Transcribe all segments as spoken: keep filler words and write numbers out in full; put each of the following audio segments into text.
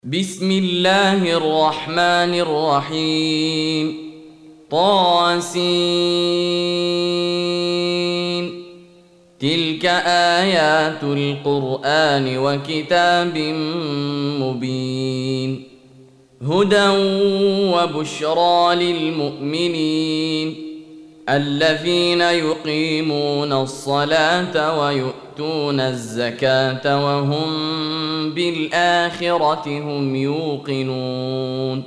بسم الله الرحمن الرحيم. طاسين. تلك آيات القرآن وكتاب مبين، هدى وبشرى للمؤمنين الذين يقيمون الصلاة ويؤتون الزكاة وهم بالآخرة هم يوقنون.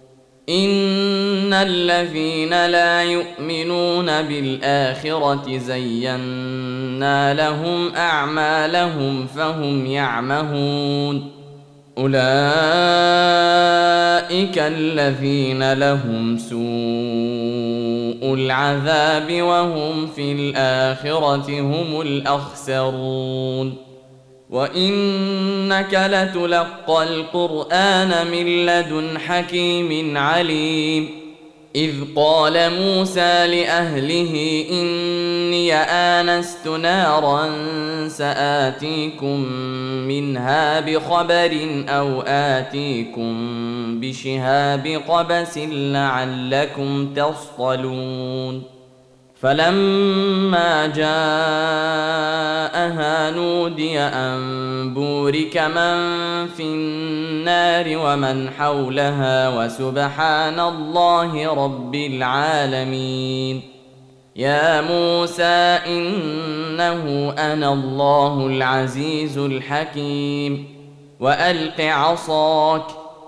إن الذين لا يؤمنون بالآخرة زينا لهم أعمالهم فهم يعمهون. أولئك الذين لهم سوء العذاب وهم في الآخرة هم الأخسرون. وإنك لتلقى القرآن من لدن حكيم عليم. إذ قال موسى لأهله إني آنست نارا سآتيكم منها بخبر أو آتيكم بشهاب قبس لعلكم تصطلون. فلما جاءها نودي أن بورك من في النار ومن حولها وسبحان الله رب العالمين. يا موسى إنه أنا الله العزيز الحكيم وألق عصاك.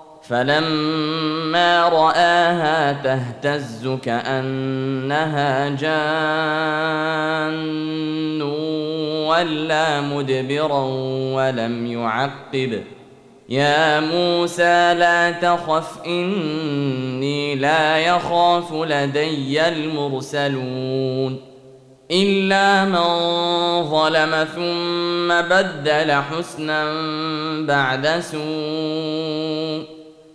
فلما رآها تهتز كأنها جان ولا مدبرا ولم يعقب. يا موسى لا تخف إني لا يخاف لدي المرسلون. إلا من ظلم ثم بدل حسنا بعد سوء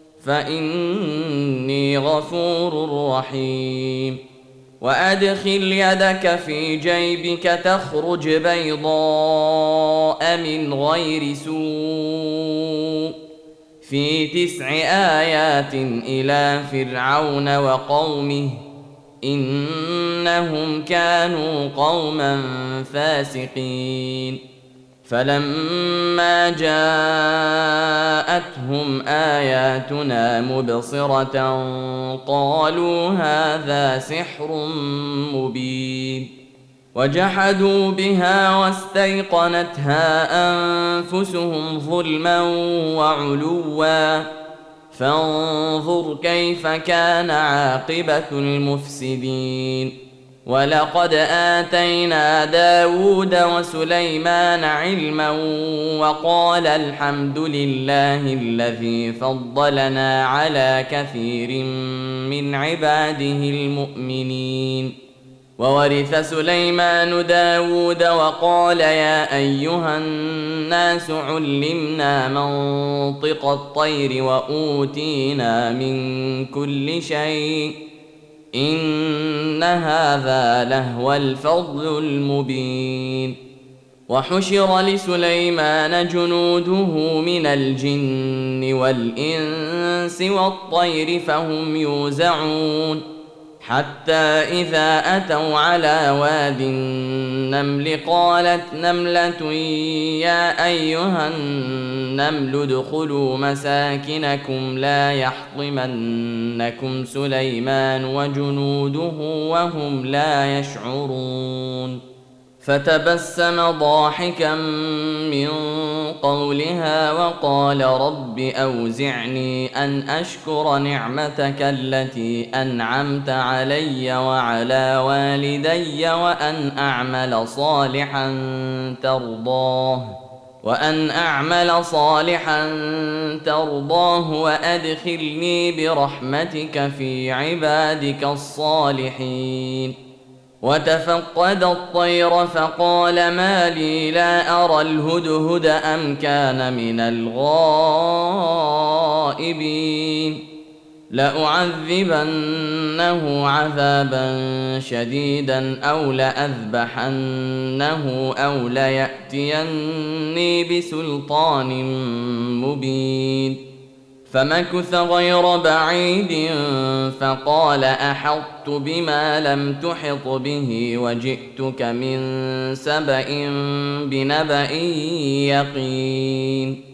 فإني غفور رحيم. وأدخل يدك في جيبك تخرج بيضاء من غير سوء في تسع آيات إلى فرعون وقومه إنهم كانوا قوما فاسقين. فلما جاءتهم آياتنا مبصرة قالوا هذا سحر مبين. وجحدوا بها واستيقنتها أنفسهم ظلما وعلوا فانظر كيف كان عاقبة المفسدين. ولقد آتينا داود وسليمان علما وقال الحمد لله الذي فضلنا على كثير من عباده المؤمنين. وورث سليمان داود وقال يا أيها الناس علمنا منطق الطير وأوتينا من كل شيء إن هذا لهو الفضل المبين. وحشر لسليمان جنوده من الجن والإنس والطير فهم يوزعون حتى إذا أتوا على واد النمل قالت نملة يا أيها النمل ادخلوا مساكنكم لا يحطمنكم سليمان وجنوده وهم لا يشعرون. فتبسم ضاحكا من قولها وقال رب أوزعني أن أشكر نعمتك التي أنعمت علي وعلى والدي وأن أعمل صالحا ترضاه وأن أعمل صالحا ترضاه وأدخلني برحمتك في عبادك الصالحين. وتفقد الطير فقال ما لي لا أرى الهدهد أم كان من الغائبين. لأعذبنه عذابا شديدا أو لأذبحنه أو ليأتيني بسلطان مبين فمكث غير بعيد فقال أحطت بما لم تحط به وجئتك من سبأ بنبأ يقين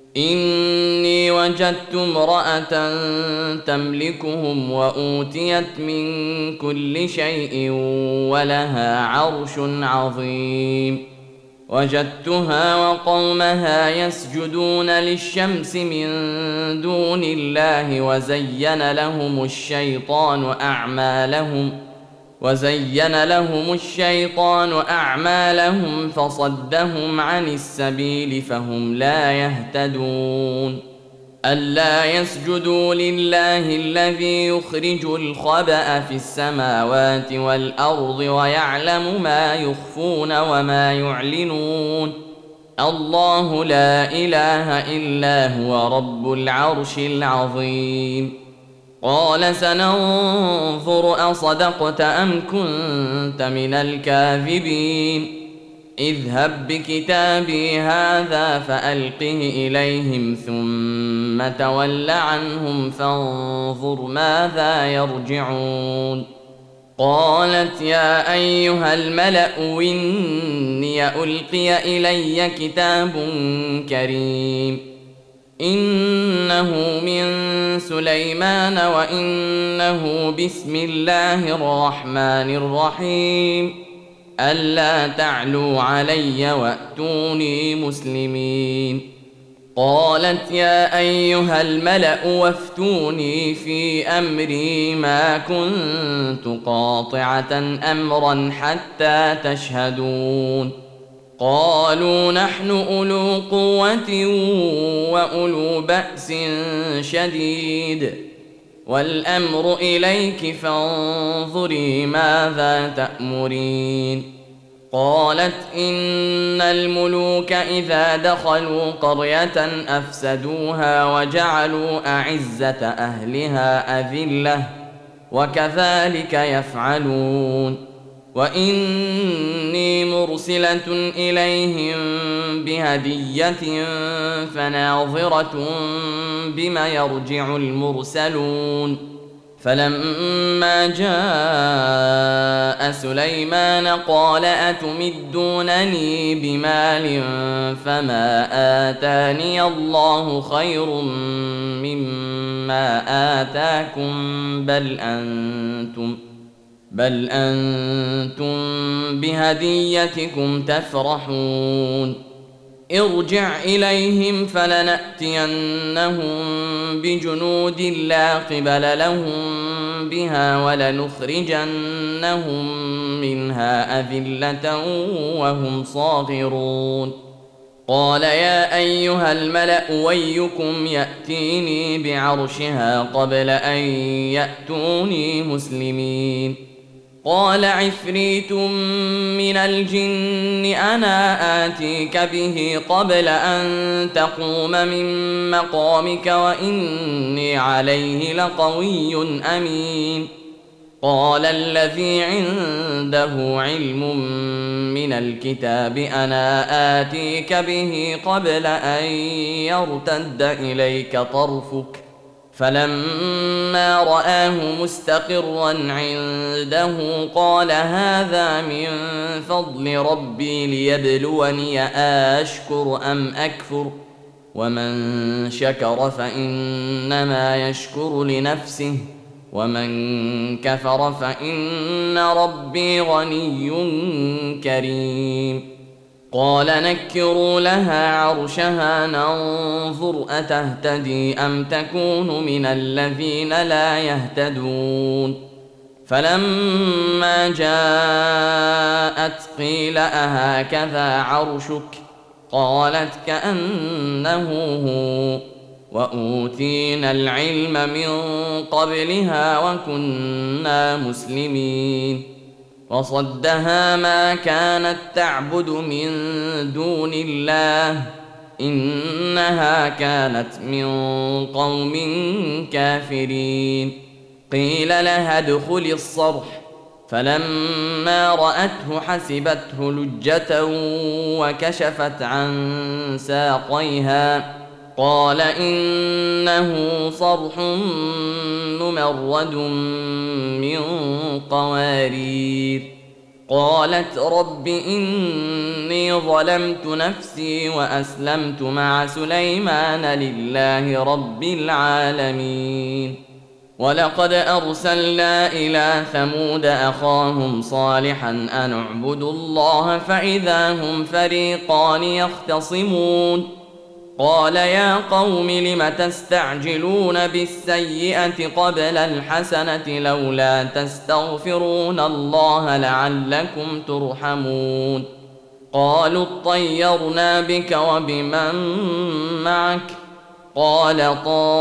إني وجدت امرأة تملكهم وأوتيت من كل شيء ولها عرش عظيم وجدتها وقومها يسجدون للشمس من دون الله وزين لهم الشيطان أعمالهم وزين لهم الشيطان أعمالهم فصدهم عن السبيل فهم لا يهتدون ألا يسجدوا لله الذي يخرج الخبأ في السماوات والأرض ويعلم ما يخفون وما يعلنون الله لا إله إلا هو رب العرش العظيم قال سننظر أصدقت أم كنت من الكاذبين اذهب بكتابي هذا فألقه إليهم ثم تول عنهم فانظر ماذا يرجعون قالت يا أيها الملأ إني ألقي إلي كتاب كريم إنه من سليمان وإنه بسم الله الرحمن الرحيم ألا تعلوا علي وأتوني مسلمين قالت يا أيها الملأ وافتوني في أمري ما كنت قاطعة أمرا حتى تشهدون قالوا نحن أولو قوة وأولو بأس شديد والأمر إليك فانظري ماذا تأمرين قالت إن الملوك إذا دخلوا قرية أفسدوها وجعلوا أعزة أهلها أذلة وكذلك يفعلون وإني مرسلة إليهم بهدية فناظرة بما يرجع المرسلون فلما جاء سليمان قال أتمدونني بمال فما آتاني الله خير مما آتاكم بل أنتم بل أنتم بهديتكم تفرحون ارجع إليهم فلنأتينهم بجنود لا قبل لهم بها ولنخرجنهم منها أذلة وهم صاغرون قال يا أيها الملأ ويكم يأتيني بعرشها قبل أن يأتوني مسلمين قال عفريت من الجن أنا آتيك به قبل أن تقوم من مقامك وإني عليه لقوي أمين قال الذي عنده علم من الكتاب أنا آتيك به قبل أن يرتد إليك طرفك فلما رآه مستقرا عنده قال هذا من فضل ربي ليبلوني أشكر أم أكفر ومن شكر فإنما يشكر لنفسه ومن كفر فإن ربي غني كريم قال نكروا لها عرشها ننظر أتهتدي أم تكون من الذين لا يهتدون فلما جاءت قيل أهكذا عرشك قالت كأنه هو وأوتينا العلم من قبلها وكنا مسلمين وصدها ما كانت تعبد من دون الله إنها كانت من قوم كافرين قيل لها ادخل الصرح فلما رأته حسبته لجة وكشفت عن ساقيها قال إنه صرح ممرد من قوارير. قالت رب إني ظلمت نفسي وأسلمت مع سليمان لله رب العالمين. ولقد أرسلنا إلى ثمود أخاهم صالحا أن اعبدوا الله فإذا هم فريقان يختصمون. قال يا قوم لم تستعجلون بالسيئة قبل الحسنة لولا تستغفرون الله لعلكم ترحمون. قالوا اطيرنا بك وبمن معك قال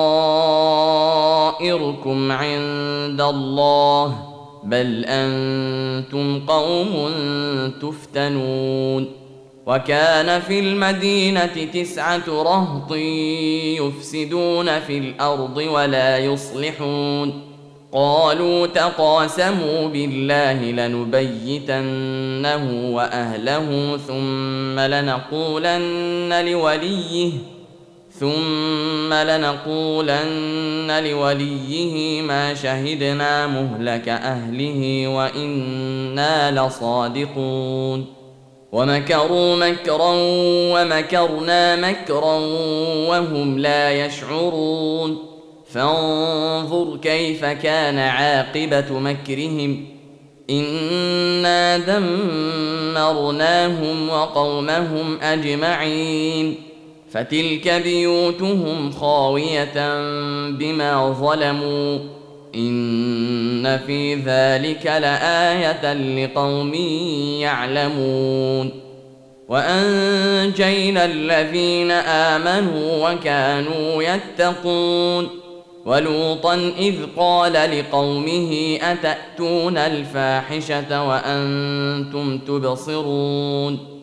طائركم عند الله بل أنتم قوم تفتنون. وكان في المدينة تسعة رهط يفسدون في الأرض ولا يصلحون. قالوا تقاسموا بالله لنبيتنه وأهله ثم لنقولن لوليه ثم لنقولن لوليه ما شهدنا مهلك أهله وإنا لصادقون. ومكروا مكرا ومكرنا مكرا وهم لا يشعرون. فانظر كيف كان عاقبة مكرهم إنا دمرناهم وقومهم أجمعين. فتلك بيوتهم خاوية بما ظلموا إن في ذلك لآية لقوم يعلمون. وأنجينا الذين آمنوا وكانوا يتقون. ولوطا إذ قال لقومه أتأتون الفاحشة وأنتم تبصرون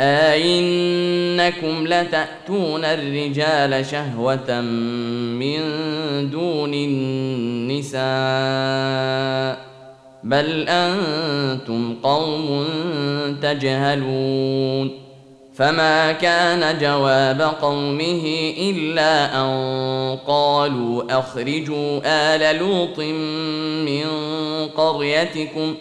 أئنكم لتأتون الرجال شهوة من دون النساء بل أنتم قوم تجهلون. فما كان جواب قومه إلا أن قالوا أخرجوا آل لوط من قريتكم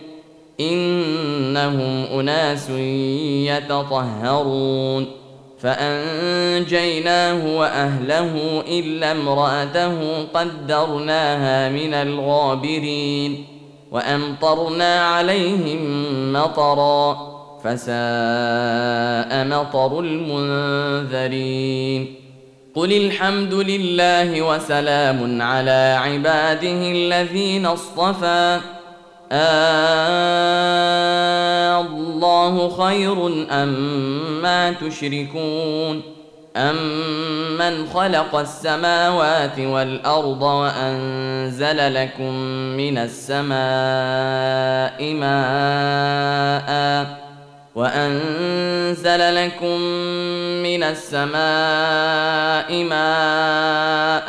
إنهم أناس يتطهرون. فأنجيناه وأهله إلا امرأته قدرناها من الغابرين. وأمطرنا عليهم مطرا فساء مطر المنذرين. قل الحمد لله وسلام على عباده الذين اصطفى آه الله خير أما تشركون أمن خلق السماوات والأرض وأنزل لكم من السماء ماء وأنزل لكم من السماء ماء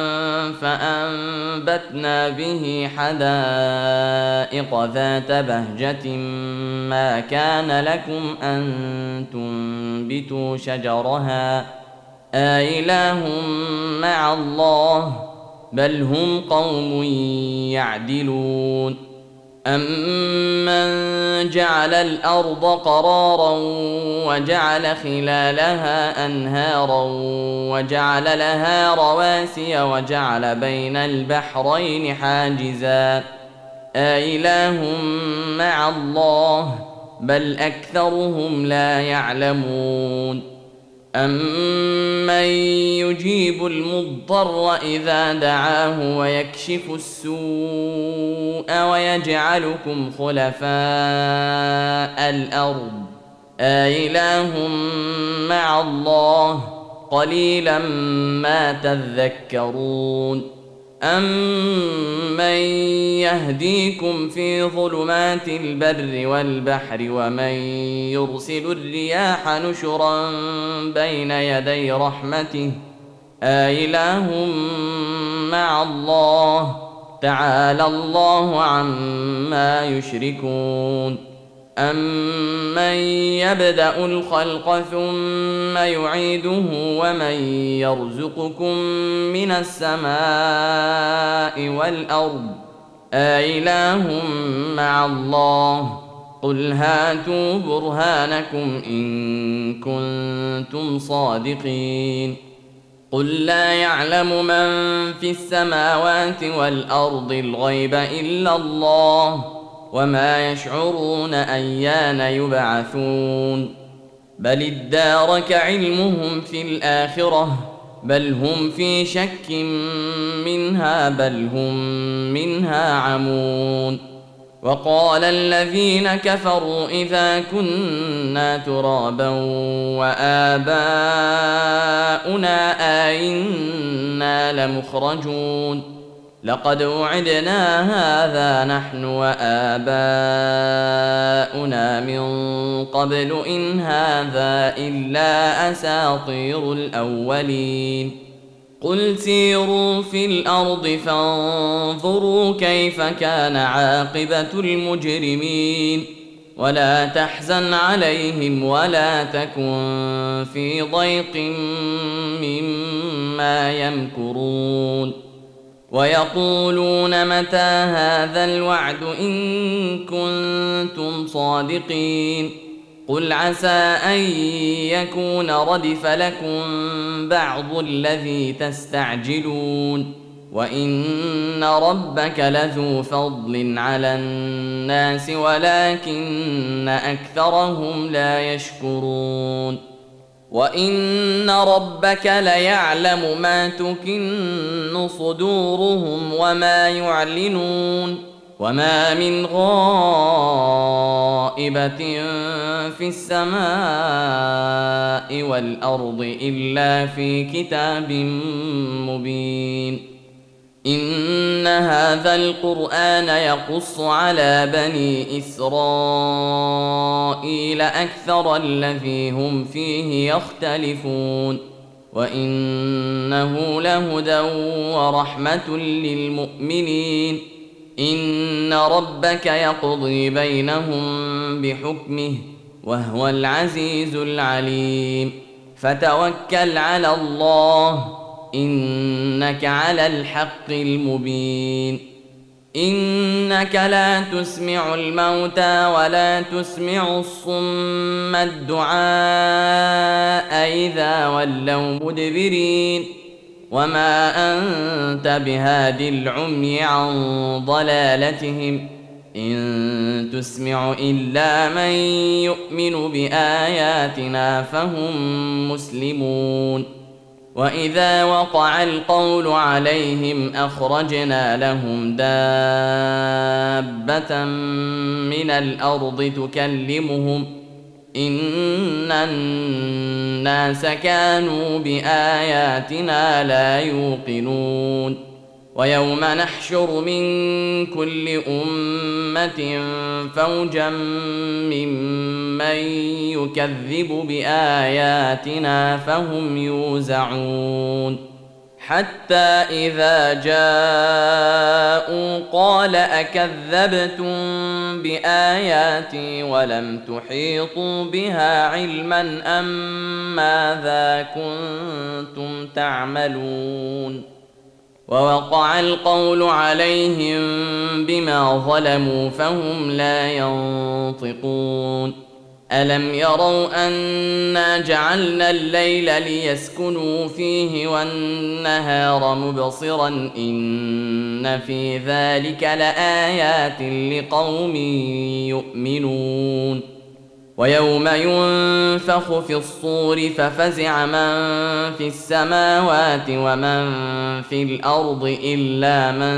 فأنبتنا به حدائق ذات بهجة ما كان لكم أن تنبتوا شجرها أإله مع الله بل هم قوم يعدلون. أمن جعل الأرض قرارا وجعل خلالها أنهارا وجعل لها رواسي وجعل بين البحرين حاجزا أإله مع الله بل أكثرهم لا يعلمون. أمن يجيب المضطر إذا دعاه ويكشف السوء ويجعلكم خلفاء الأرض أإله مع الله قليلا ما تذكرون. أمن يهديكم في ظلمات البر والبحر ومن يرسل الرياح نشرا بين يدي رحمته أإله مع الله تعالى الله عما يشركون. أَمَّن يَبْدَأُ الْخَلْقَ ثُمَّ يُعِيدُهُ وَمَن يَرْزُقُكُم مِّنَ السَّمَاءِ وَالْأَرْضِ أَإِلَٰهٌ مَّعَ اللَّهِ قُلْ هَاتُوا بُرْهَانَكُمْ إِن كُنتُمْ صَادِقِينَ قُل لَّا يَعْلَمُ مَن فِي السَّمَاوَاتِ وَالْأَرْضِ الْغَيْبَ إِلَّا اللَّهُ وَمَا يَشْعُرُونَ أَيَّانَ يُبْعَثُونَ بَلِ ادَّارَكَ عِلْمُهُمْ فِي الْآخِرَةِ بَلْ هُمْ فِي شَكٍّ مِّنْهَا بَلْ هُم مِّنْهَا عَمُونَ وَقَالَ الَّذِينَ كَفَرُوا إِذَا كُنَّا تُرَابًا وَآبَاؤُنَا أَئِنَّا لَمُخْرَجُونَ لَقَدْ وُعِدْنَا هَٰذَا نَحْنُ وَآبَاؤُنَا مِن قَبْلُ إِنْ هَٰذَا إِلَّا أَسَاطِيرُ الْأَوَّلِينَ قُلْ سِيرُوا فِي الْأَرْضِ فَانظُرُوا كَيْفَ كَانَ عَاقِبَةُ الْمُجْرِمِينَ وَلَا تَحْزَنْ عَلَيْهِمْ وَلَا تَكُن فِي ضَيْقٍ مِّمَّا يَمْكُرُونَ وَيَقُولُونَ مَتَىٰ هَٰذَا الْوَعْدُ إِن كُنتُمْ صَادِقِينَ قُلْ عَسَىٰ أَن يَكُونَ رَدِفَ لَكُم بَعْضُ الَّذِي تَسْتَعْجِلُونَ وَإِنَّ رَبَّكَ لَذُو فَضْلٍ عَلَى النَّاسِ وَلَٰكِنَّ أَكْثَرَهُمْ لَا يَشْكُرُونَ وَإِنَّ رَبَّكَ لَيَعْلَمُ مَا تُكِنُّ صُدُورُهُمْ وَمَا يُعْلِنُونَ وَمَا مِنْ غَائِبَةٍ فِي السَّمَاءِ وَالْأَرْضِ إِلَّا فِي كِتَابٍ مُّبِينٍ إِنَّ هَٰذَا الْقُرْآنَ يَقُصُّ عَلَىٰ بَنِي إِسْرَائِيلَ أَكْثَرَ الَّذِي هُمْ فِيهِ يَخْتَلِفُونَ وَإِنَّهُ لَهُدًى وَرَحْمَةٌ لِّلْمُؤْمِنِينَ إِنَّ رَبَّكَ يَقْضِي بَيْنَهُم بِحُكْمِهِ وَهُوَ الْعَزِيزُ الْعَلِيمُ فَتَوَكَّلْ عَلَى اللَّهِ إِنَّكَ عَلَى الْحَقِّ الْمُبِينِ إِنَّكَ لَا تُسْمِعُ الْمَوْتَىٰ وَلَا تُسْمِعُ الصُّمَّ الدُّعَاءَ إِذَا وَلَّوْا مُدْبِرِينَ وَمَا أَنتَ بِهَادِ الْعُمْيِ عَن ضَلَالَتِهِمْ إِن تُسْمِعُ إِلَّا مَن يُؤْمِنُ بِآيَاتِنَا فَهُم مُّسْلِمُونَ وَإِذَا وَقَعَ الْقَوْلُ عَلَيْهِمْ أَخْرَجْنَا لَهُمْ دَابَّةً مِّنَ الْأَرْضِ تُكَلِّمُهُمْ إِنَّ النَّاسَ كَانُوا بِآيَاتِنَا لَا يُوقِنُونَ وَيَوْمَ نَحْشُرُ مِن كُلِّ أُمَّةٍ فَوْجًا مِّمَّن يُكَذِّبُ بِآيَاتِنَا فَهُمْ يُوزَعُونَ حَتَّىٰ إِذَا جَاءُوا قَالَ أَكَذَّبْتُم بِآيَاتِي وَلَمْ تُحِيطُوا بِهَا عِلْمًا أَم مَّاذَا كُنتُمْ تَعْمَلُونَ وَوَقَعَ الْقَوْلُ عَلَيْهِم بِمَا ظَلَمُوا فَهُمْ لَا يَنطِقُونَ أَلَمْ يَرَوْا أَنَّا جَعَلْنَا اللَّيْلَ لِيَسْكُنُوا فِيهِ وَالنَّهَارَ مُبْصِرًا إِنَّ فِي ذَلِكَ لَآيَاتٍ لِقَوْمٍ يُؤْمِنُونَ وَيَوْمَ يُنفَخُ فِي الصُّورِ فَفَزِعَ مَن فِي السَّمَاوَاتِ وَمَن فِي الْأَرْضِ إِلَّا مَن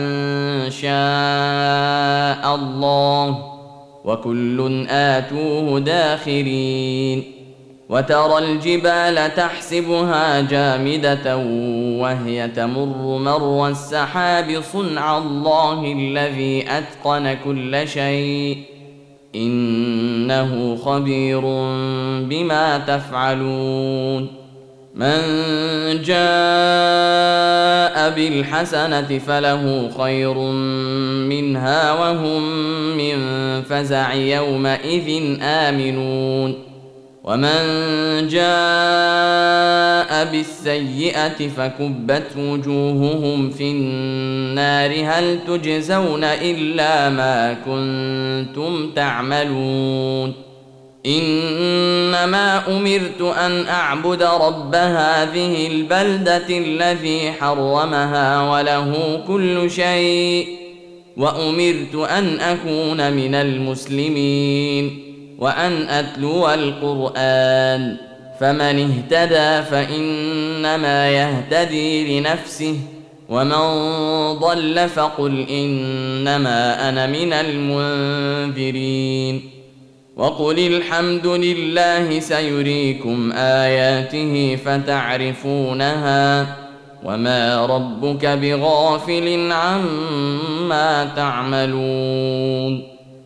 شَاءَ اللَّهُ وَكُلٌّ آتُوهُ دَاخِرِينَ وَتَرَى الْجِبَالَ تَحْسَبُهَا جَامِدَةً وَهِيَ تَمُرُّ مَرَّ السَّحَابِ صُنْعَ اللَّهِ الَّذِي أَتْقَنَ كُلَّ شَيْءٍ إِنَّهُ خَبِيرٌ بِمَا تَفْعَلُونَ من جاء بالحسنة فله خير منها وهم من فزع يومئذ آمنون ومن جاء بالسيئة فكبت وجوههم في النار هل تجزون إلا ما كنتم تعملون إنما أمرت أن أعبد رب هذه البلدة الذي حرمها وله كل شيء وأمرت أن أكون من المسلمين وأن أتلو القرآن فمن اهتدى فإنما يهتدي لنفسه ومن ضل فقل إنما أنا من المنذرين وقل الحمد لله سيريكم آياته فتعرفونها وما ربك بغافل عما تعملون